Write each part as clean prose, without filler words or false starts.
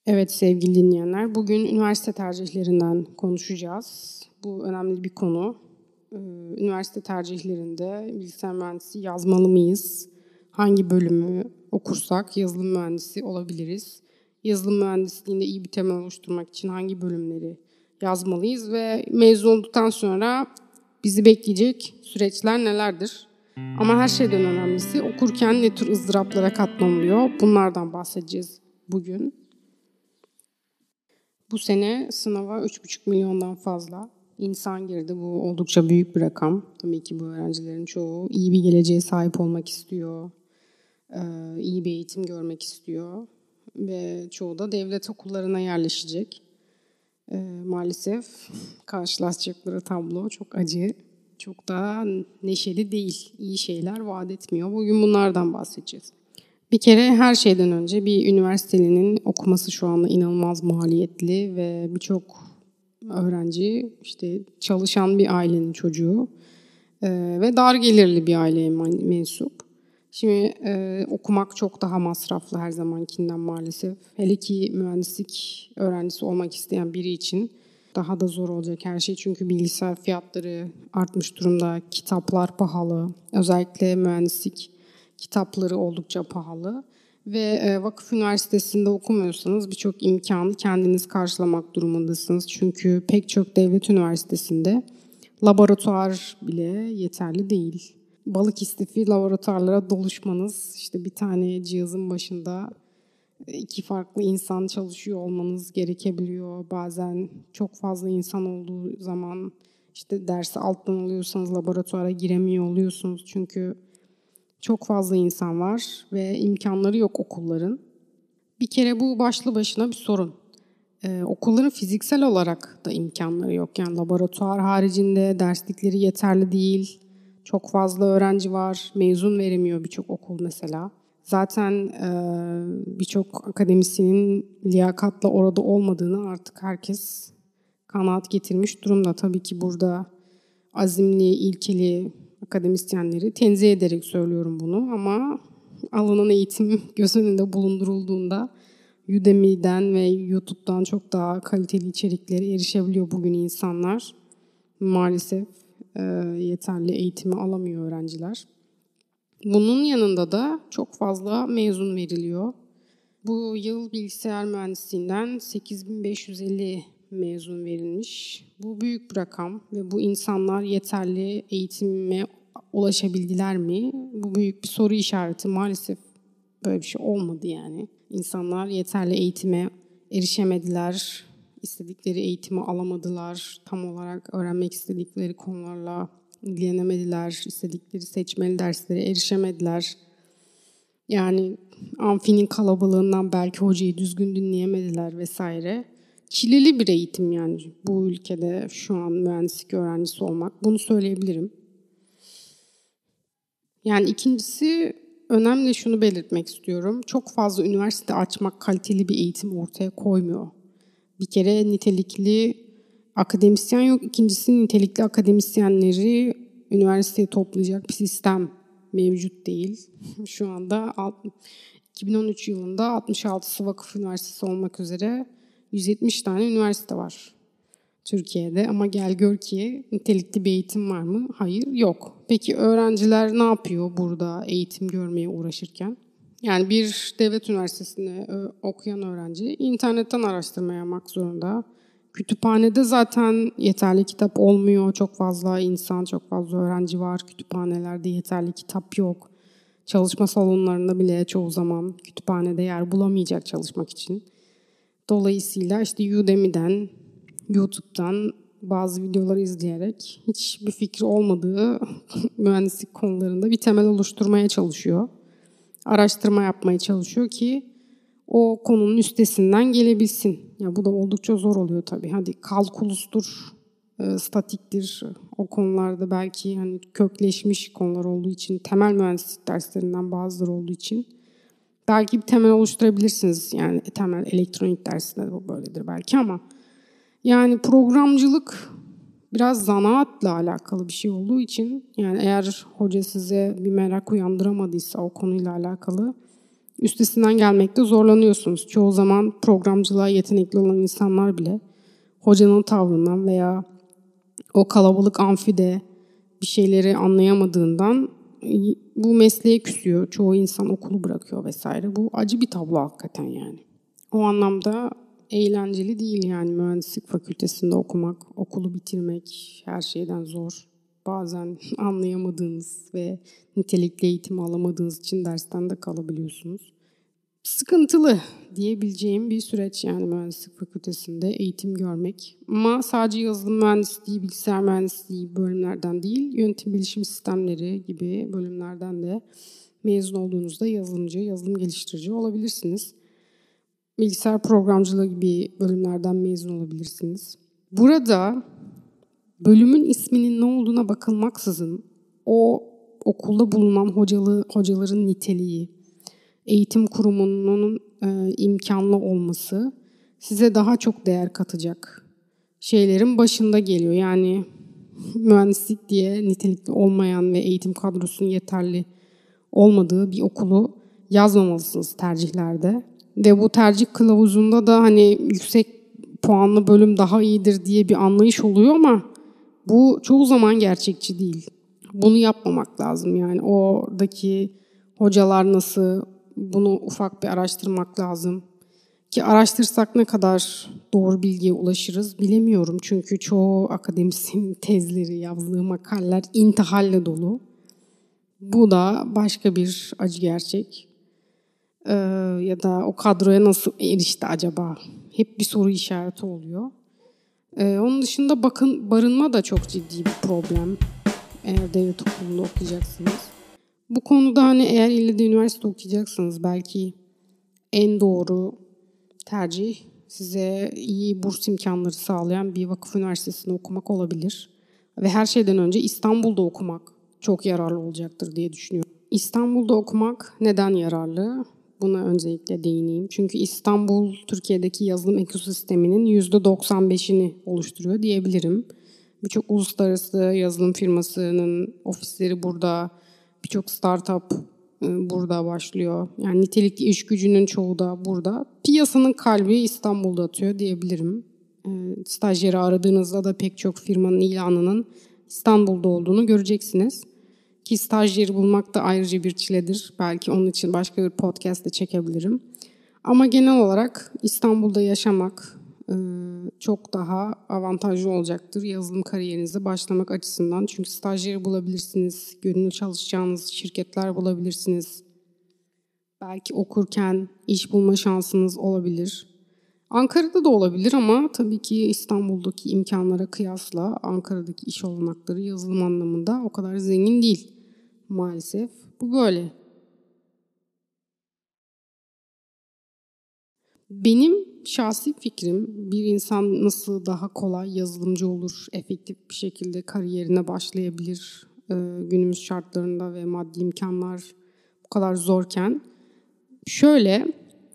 Evet sevgili dinleyenler, bugün üniversite tercihlerinden konuşacağız. Bu önemli bir konu. Üniversite tercihlerinde bilgisayar mühendisi yazmalı mıyız? Hangi bölümü okursak yazılım mühendisi olabiliriz? Yazılım mühendisliğinde iyi bir temel oluşturmak için hangi bölümleri yazmalıyız? Ve mezun olduktan sonra bizi bekleyecek süreçler nelerdir? Ama her şeyden önemlisi okurken ne tür ızdıraplara katlanılıyor? Bunlardan bahsedeceğiz bugün. Bu sene sınava 3,5 milyondan fazla insan girdi. Bu oldukça büyük bir rakam. Tabii ki bu öğrencilerin çoğu iyi bir geleceğe sahip olmak istiyor. İyi bir eğitim görmek istiyor. Ve çoğu da devlet okullarına yerleşecek. Maalesef karşılaşacakları tablo çok acı. Çok da neşeli değil. İyi şeyler vaat etmiyor. Bugün bunlardan bahsedeceğiz. Bir kere her şeyden önce bir üniversitelinin okuması şu anda inanılmaz maliyetli ve birçok öğrenci işte çalışan bir ailenin çocuğu ve dar gelirli bir aileye mensup. Şimdi okumak çok daha masraflı her zamankinden maalesef. Hele ki mühendislik öğrencisi olmak isteyen biri için daha da zor olacak her şey. Çünkü bilgisayar fiyatları artmış durumda, kitaplar pahalı. Özellikle mühendislik kitapları oldukça pahalı. Ve vakıf üniversitesinde okumuyorsanız birçok imkanı kendiniz karşılamak durumundasınız. Çünkü pek çok devlet üniversitesinde laboratuvar bile yeterli değil. Balık istifi laboratuvarlara doluşmanız, işte bir tane cihazın başında iki farklı insan çalışıyor olmanız gerekebiliyor. Bazen çok fazla insan olduğu zaman işte dersi alttan alıyorsanız laboratuvara giremiyor oluyorsunuz. Çünkü çok fazla insan var ve imkanları yok okulların. Bir kere bu başlı başına bir sorun. Okulların fiziksel olarak da imkanları yok. Yani laboratuvar haricinde derslikleri yeterli değil. Çok fazla öğrenci var. Mezun veremiyor birçok okul mesela. Zaten birçok akademisyenin liyakatla orada olmadığını artık herkes kanaat getirmiş durumda. Tabii ki burada azimli, ilkeli akademisyenleri tenzih ederek söylüyorum bunu ama alınan eğitim göz önünde bulundurulduğunda Udemy'den ve YouTube'dan çok daha kaliteli içeriklere erişebiliyor bugün insanlar. Maalesef yeterli eğitimi alamıyor öğrenciler. Bunun yanında da çok fazla mezun veriliyor. Bu yıl bilgisayar mühendisliğinden 8.550 mezun verilmiş. Bu büyük bir rakam ve bu insanlar yeterli eğitime ulaşabildiler mi? Bu büyük bir soru işareti. Maalesef böyle bir şey olmadı yani. İnsanlar yeterli eğitime erişemediler, istedikleri eğitimi alamadılar, tam olarak öğrenmek istedikleri konularla ilgilenemediler, istedikleri seçmeli derslere erişemediler. Yani amfinin kalabalığından belki hocayı düzgün dinleyemediler vesaire. Çileli bir eğitim yani bu ülkede şu an mühendislik öğrencisi olmak. Bunu söyleyebilirim. Yani ikincisi önemli şunu belirtmek istiyorum. Çok fazla üniversite açmak kaliteli bir eğitim ortaya koymuyor. Bir kere nitelikli akademisyen yok. İkincisi nitelikli akademisyenleri üniversiteye toplayacak bir sistem mevcut değil. Şu anda 2013 yılında 66'sı vakıf üniversitesi olmak üzere 170 tane üniversite var Türkiye'de. Ama gel gör ki nitelikli bir eğitim var mı? Hayır, yok. Peki öğrenciler ne yapıyor burada eğitim görmeye uğraşırken? Yani bir devlet üniversitesinde okuyan öğrenci internetten araştırma yapmak zorunda. Kütüphanede zaten yeterli kitap olmuyor. Çok fazla insan, çok fazla öğrenci var. Kütüphanelerde yeterli kitap yok. Çalışma salonlarında bile çoğu zaman kütüphanede yer bulamayacak çalışmak için. Dolayısıyla işte Udemy'den, YouTube'dan bazı videoları izleyerek hiçbir fikri olmadığı mühendislik konularında bir temel oluşturmaya çalışıyor. Araştırma yapmaya çalışıyor ki o konunun üstesinden gelebilsin. Ya bu da oldukça zor oluyor tabii. Hadi kalkulustur, statiktir. O konularda belki hani kökleşmiş konular olduğu için, temel mühendislik derslerinden bazıları olduğu için belki bir temel oluşturabilirsiniz. Yani temel elektronik dersinde bu böyledir belki ama yani programcılık biraz zanaatla alakalı bir şey olduğu için yani eğer hoca size bir merak uyandıramadıysa o konuyla alakalı Üstesinden gelmekte zorlanıyorsunuz. Çoğu zaman programcılığa yetenekli olan insanlar bile hocanın tavrından veya o kalabalık amfide bir şeyleri anlayamadığından bu mesleğe küsüyor. Çoğu insan okulu bırakıyor vesaire. Bu acı bir tablo hakikaten yani. O anlamda eğlenceli değil yani mühendislik fakültesinde okumak, okulu bitirmek her şeyden zor. Bazen anlayamadığınız ve nitelikli eğitim alamadığınız için dersten de kalabiliyorsunuz. Sıkıntılı diyebileceğim bir süreç yani mühendislik fakültesinde eğitim görmek. Ama sadece yazılım mühendisliği, bilgisayar mühendisliği bölümlerden değil, yönetim bilişim sistemleri gibi bölümlerden de mezun olduğunuzda yazılımcı, yazılım geliştirici olabilirsiniz. Bilgisayar programcılığı gibi bölümlerden mezun olabilirsiniz. Burada bölümün isminin ne olduğuna bakılmaksızın o okulda bulunan hocaların niteliği, eğitim kurumunun imkanlı olması size daha çok değer katacak şeylerin başında geliyor. Yani mühendislik diye nitelikli olmayan ve eğitim kadrosunun yeterli olmadığı bir okulu yazmamalısınız tercihlerde. Ve bu tercih kılavuzunda da hani yüksek puanlı bölüm daha iyidir diye bir anlayış oluyor ama bu çoğu zaman gerçekçi değil. Bunu yapmamak lazım yani oradaki hocalar nasıl, bunu ufak bir araştırmak lazım. Ki araştırsak ne kadar doğru bilgiye ulaşırız bilemiyorum. Çünkü çoğu akademisyenin tezleri, yazdığı makaleler intihalle dolu. Bu da başka bir acı gerçek. Ya da o kadroya nasıl erişti acaba? Hep bir soru işareti oluyor. Onun dışında bakın barınma da çok ciddi bir problem. Eğer devlet okulunda okuyacaksınız. Bu konuda hani eğer ille de üniversite okuyacaksınız belki en doğru tercih size iyi burs imkanları sağlayan bir vakıf üniversitesinde okumak olabilir. Ve her şeyden önce İstanbul'da okumak çok yararlı olacaktır diye düşünüyorum. İstanbul'da okumak neden yararlı? Buna öncelikle değineyim. Çünkü İstanbul Türkiye'deki yazılım ekosisteminin %95'ini oluşturuyor diyebilirim. Birçok uluslararası yazılım firmasının ofisleri burada, birçok startup burada başlıyor. Yani nitelikli iş gücünün çoğu da burada. Piyasanın kalbi İstanbul'da atıyor diyebilirim. Stajyeri aradığınızda da pek çok firmanın ilanının İstanbul'da olduğunu göreceksiniz. Ki stajyeri bulmak da ayrıca bir çiledir. Belki onun için başka bir podcast de çekebilirim. Ama genel olarak İstanbul'da yaşamak çok daha avantajlı olacaktır yazılım kariyerinize başlamak açısından. Çünkü stajyeri bulabilirsiniz, gönüllü çalışacağınız şirketler bulabilirsiniz. Belki okurken iş bulma şansınız olabilir. Ankara'da da olabilir ama tabii ki İstanbul'daki imkanlara kıyasla Ankara'daki iş olanakları yazılım anlamında o kadar zengin değil maalesef. Bu böyle. Benim şahsi fikrim bir insan nasıl daha kolay yazılımcı olur, efektif bir şekilde kariyerine başlayabilir günümüz şartlarında ve maddi imkanlar bu kadar zorken. Şöyle,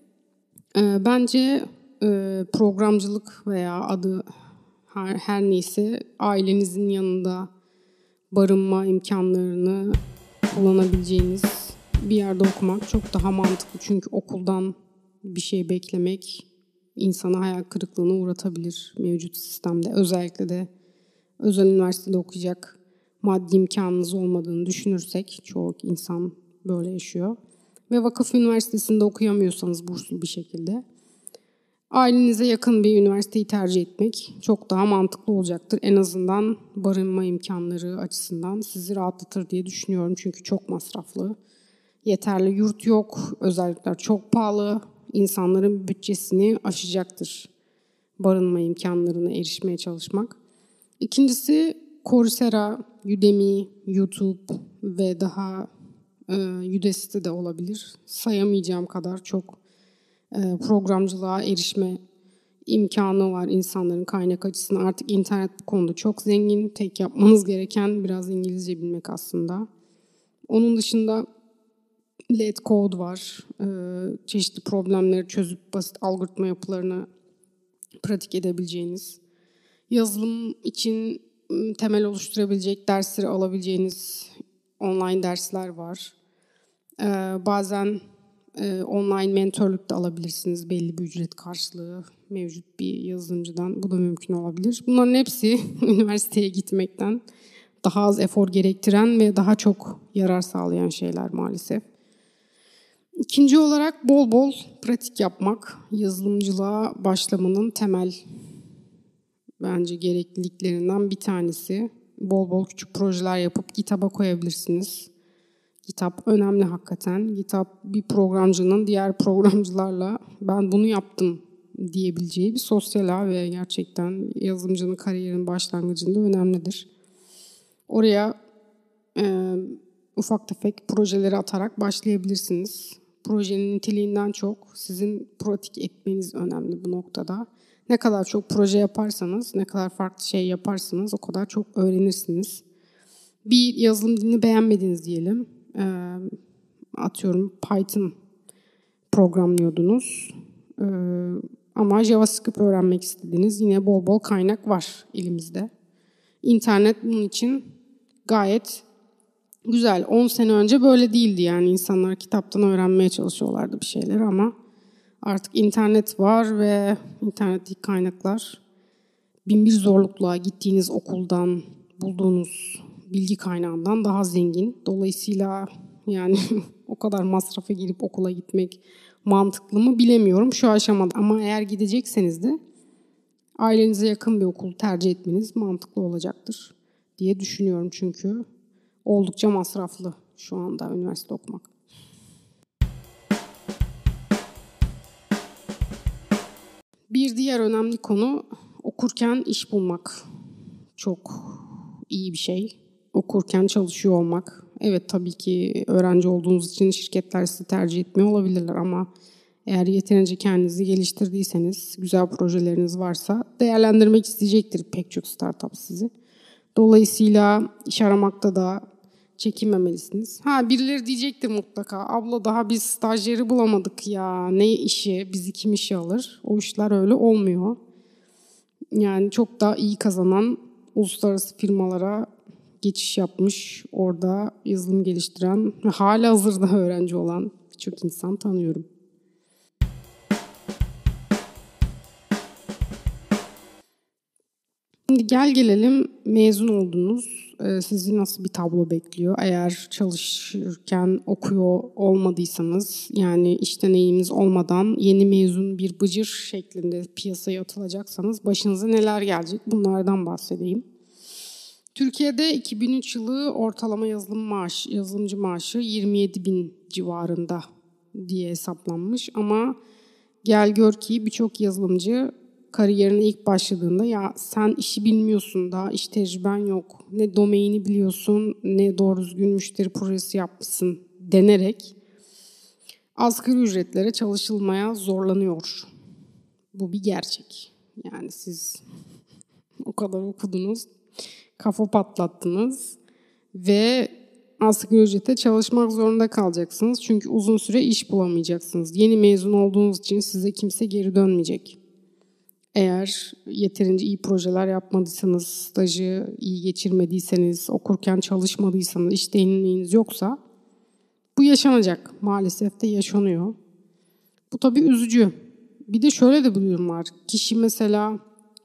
bence programcılık veya adı her neyse ailenizin yanında barınma imkanlarını kullanabileceğiniz bir yerde okumak çok daha mantıklı. Çünkü okuldan bir şey beklemek insana hayal kırıklığına uğratabilir mevcut sistemde. Özellikle de özel üniversitede okuyacak maddi imkanınız olmadığını düşünürsek çoğu insan böyle yaşıyor. Ve vakıf üniversitesinde okuyamıyorsanız burslu bir şekilde ailenize yakın bir üniversiteyi tercih etmek çok daha mantıklı olacaktır. En azından barınma imkanları açısından sizi rahatlatır diye düşünüyorum. Çünkü çok masraflı. Yeterli yurt yok, özellikler çok pahalı. İnsanların bütçesini aşacaktır barınma imkanlarına erişmeye çalışmak. İkincisi Coursera, Udemy, YouTube ve daha Udacity'de olabilir. Sayamayacağım kadar çok programcılığa erişme imkanı var insanların kaynak açısından. Artık internet bu konuda çok zengin. Tek yapmanız gereken biraz İngilizce bilmek aslında. Onun dışında LeetCode var. Çeşitli problemleri çözüp basit algoritma yapılarını pratik edebileceğiniz. Yazılım için temel oluşturabilecek dersleri alabileceğiniz online dersler var. Bazen online mentorluk da alabilirsiniz. Belli bir ücret karşılığı mevcut bir yazılımcıdan. Bu da mümkün olabilir. Bunların hepsi üniversiteye gitmekten daha az efor gerektiren ve daha çok yarar sağlayan şeyler maalesef. İkinci olarak bol bol pratik yapmak. Yazılımcılığa başlamanın temel bence gerekliliklerinden bir tanesi. Bol bol küçük projeler yapıp GitHub'a koyabilirsiniz. GitHub önemli hakikaten. GitHub bir programcının diğer programcılarla ben bunu yaptım diyebileceği bir sosyal ağ ve gerçekten yazılımcının kariyerinin başlangıcında önemlidir. Oraya ufak tefek projeleri atarak başlayabilirsiniz. Projenin niteliğinden çok sizin pratik etmeniz önemli bu noktada. Ne kadar çok proje yaparsanız, ne kadar farklı şey yaparsanız o kadar çok öğrenirsiniz. Bir yazılım dilini beğenmediniz diyelim. Atıyorum Python programlıyordunuz. Ama JavaScript öğrenmek istediniz. Yine bol bol kaynak var elimizde. İnternet bunun için gayet güzel. 10 sene önce böyle değildi yani. İnsanlar kitaptan öğrenmeye çalışıyorlardı bir şeyleri ama artık internet var ve internetteki kaynaklar bin bir zorlukla gittiğiniz okuldan bulduğunuz bilgi kaynağından daha zengin. Dolayısıyla yani o kadar masrafa girip okula gitmek mantıklı mı bilemiyorum şu aşamada. Ama eğer gidecekseniz de ailenize yakın bir okul tercih etmeniz mantıklı olacaktır diye düşünüyorum. Çünkü oldukça masraflı şu anda üniversite okumak. Bir diğer önemli konu okurken iş bulmak. Çok iyi bir şey. Okurken çalışıyor olmak. Evet tabii ki öğrenci olduğunuz için şirketler sizi tercih etmiyor olabilirler ama eğer yeterince kendinizi geliştirdiyseniz, güzel projeleriniz varsa değerlendirmek isteyecektir pek çok startup sizi. Dolayısıyla iş aramakta da çekinmemelisiniz. Birileri diyecektir mutlaka. Abla daha biz stajyeri bulamadık ya. Ne işi? Bizi kim işe alır? O işler öyle olmuyor. Yani çok daha iyi kazanan uluslararası firmalara geçiş yapmış, orada yazılım geliştiren ve halihazırda öğrenci olan birçok insan tanıyorum. Şimdi gelelim mezun oldunuz. Sizi nasıl bir tablo bekliyor? Eğer çalışırken okuyor olmadıysanız, yani iş deneyiminiz olmadan yeni mezun bir bıcır şeklinde piyasaya atılacaksanız başınıza neler gelecek? Bunlardan bahsedeyim. Türkiye'de 2003 yılı ortalama yazılımcı maaşı 27.000 civarında diye hesaplanmış. Ama gel gör ki birçok yazılımcı kariyerine ilk başladığında ya sen işi bilmiyorsun, daha iş tecrüben yok, ne domaini biliyorsun, ne doğru düzgün müşteri projesi yapmışsın denerek asgari ücretlere çalışılmaya zorlanıyor. Bu bir gerçek. Yani siz o kadar okudunuz, kafa patlattınız ve asgari ücrete çalışmak zorunda kalacaksınız. Çünkü uzun süre iş bulamayacaksınız. Yeni mezun olduğunuz için size kimse geri dönmeyecek. Eğer yeterince iyi projeler yapmadıysanız, stajı iyi geçirmediyseniz, okurken çalışmadıysanız, iş deneyiminiz yoksa bu yaşanacak. Maalesef de yaşanıyor. Bu tabii üzücü. Bir de şöyle de bir durum var. Kişi mesela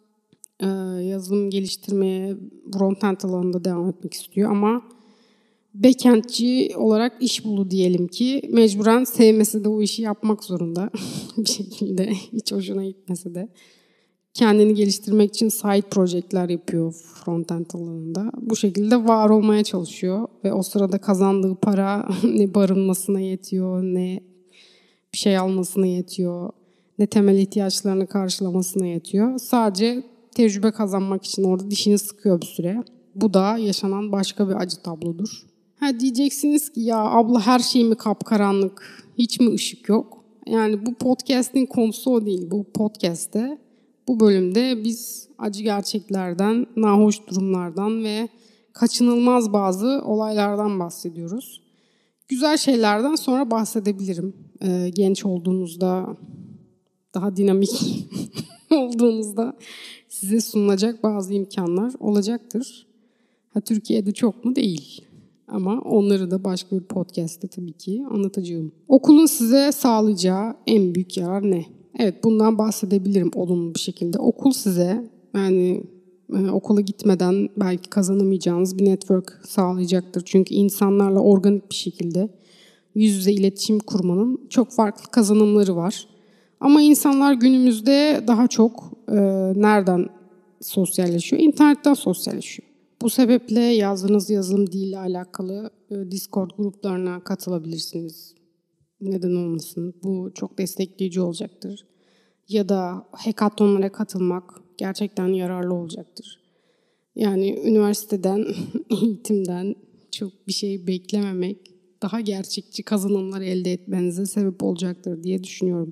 yazılım geliştirmeye front-end alanında devam etmek istiyor ama backendçi olarak iş buldu diyelim ki mecburen sevmesi de o işi yapmak zorunda bir şekilde, hiç hoşuna gitmese de. Kendini geliştirmek için side projectler yapıyor front-end alanında. Bu şekilde var olmaya çalışıyor ve o sırada kazandığı para ne barınmasına yetiyor, ne bir şey almasına yetiyor, ne temel ihtiyaçlarını karşılamasına yetiyor. Sadece tecrübe kazanmak için orada dişini sıkıyor bir süre. Bu da yaşanan başka bir acı tablodur. Diyeceksiniz ki ya abla her şey mi kapkaranlık, hiç mi ışık yok? Yani bu podcast'in konusu o değil. Bu podcast'te, bu bölümde biz acı gerçeklerden, nahoş durumlardan ve kaçınılmaz bazı olaylardan bahsediyoruz. Güzel şeylerden sonra bahsedebilirim. Genç olduğunuzda, daha dinamik olduğunuzda size sunulacak bazı imkanlar olacaktır. Türkiye'de çok mu? Değil. Ama onları da başka bir podcast'te tabii ki anlatacağım. Okulun size sağlayacağı en büyük yarar ne? Evet, bundan bahsedebilirim olumlu bir şekilde. Okul size okula gitmeden belki kazanamayacağınız bir network sağlayacaktır. Çünkü insanlarla organik bir şekilde yüz yüze iletişim kurmanın çok farklı kazanımları var. Ama insanlar günümüzde daha çok nereden sosyalleşiyor? İnternetten sosyalleşiyor. Bu sebeple yazdığınız yazılım diliyle alakalı Discord gruplarına katılabilirsiniz. Neden olmasın? Bu çok destekleyici olacaktır. Ya da hackathonlara katılmak gerçekten yararlı olacaktır. Yani üniversiteden, eğitimden çok bir şey beklememek daha gerçekçi kazanımlar elde etmenize sebep olacaktır diye düşünüyorum.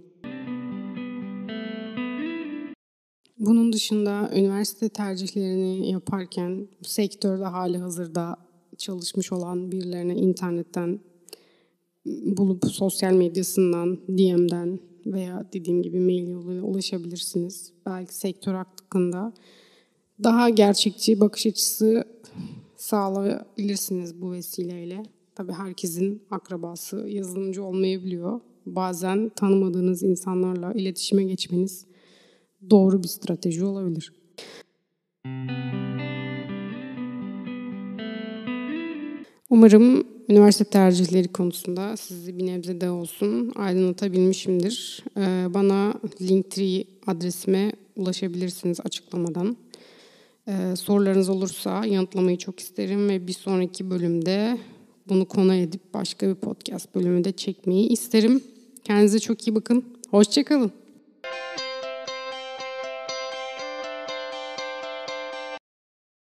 Bunun dışında üniversite tercihlerini yaparken sektörde hali hazırda çalışmış olan birilerine internetten bulup sosyal medyasından, DM'den veya dediğim gibi mail yoluyla ulaşabilirsiniz. Belki sektör hakkında daha gerçekçi bakış açısı sağlayabilirsiniz bu vesileyle. Tabii herkesin akrabası yazılımcı olmayabiliyor. Bazen tanımadığınız insanlarla iletişime geçmeniz doğru bir strateji olabilir. Umarım üniversite tercihleri konusunda sizi bir nebze de olsun aydınlatabilmişimdir. Bana Linktree adresime ulaşabilirsiniz açıklamadan. Sorularınız olursa yanıtlamayı çok isterim ve bir sonraki bölümde bunu konu edip başka bir podcast bölümü de çekmeyi isterim. Kendinize çok iyi bakın. Hoşça kalın.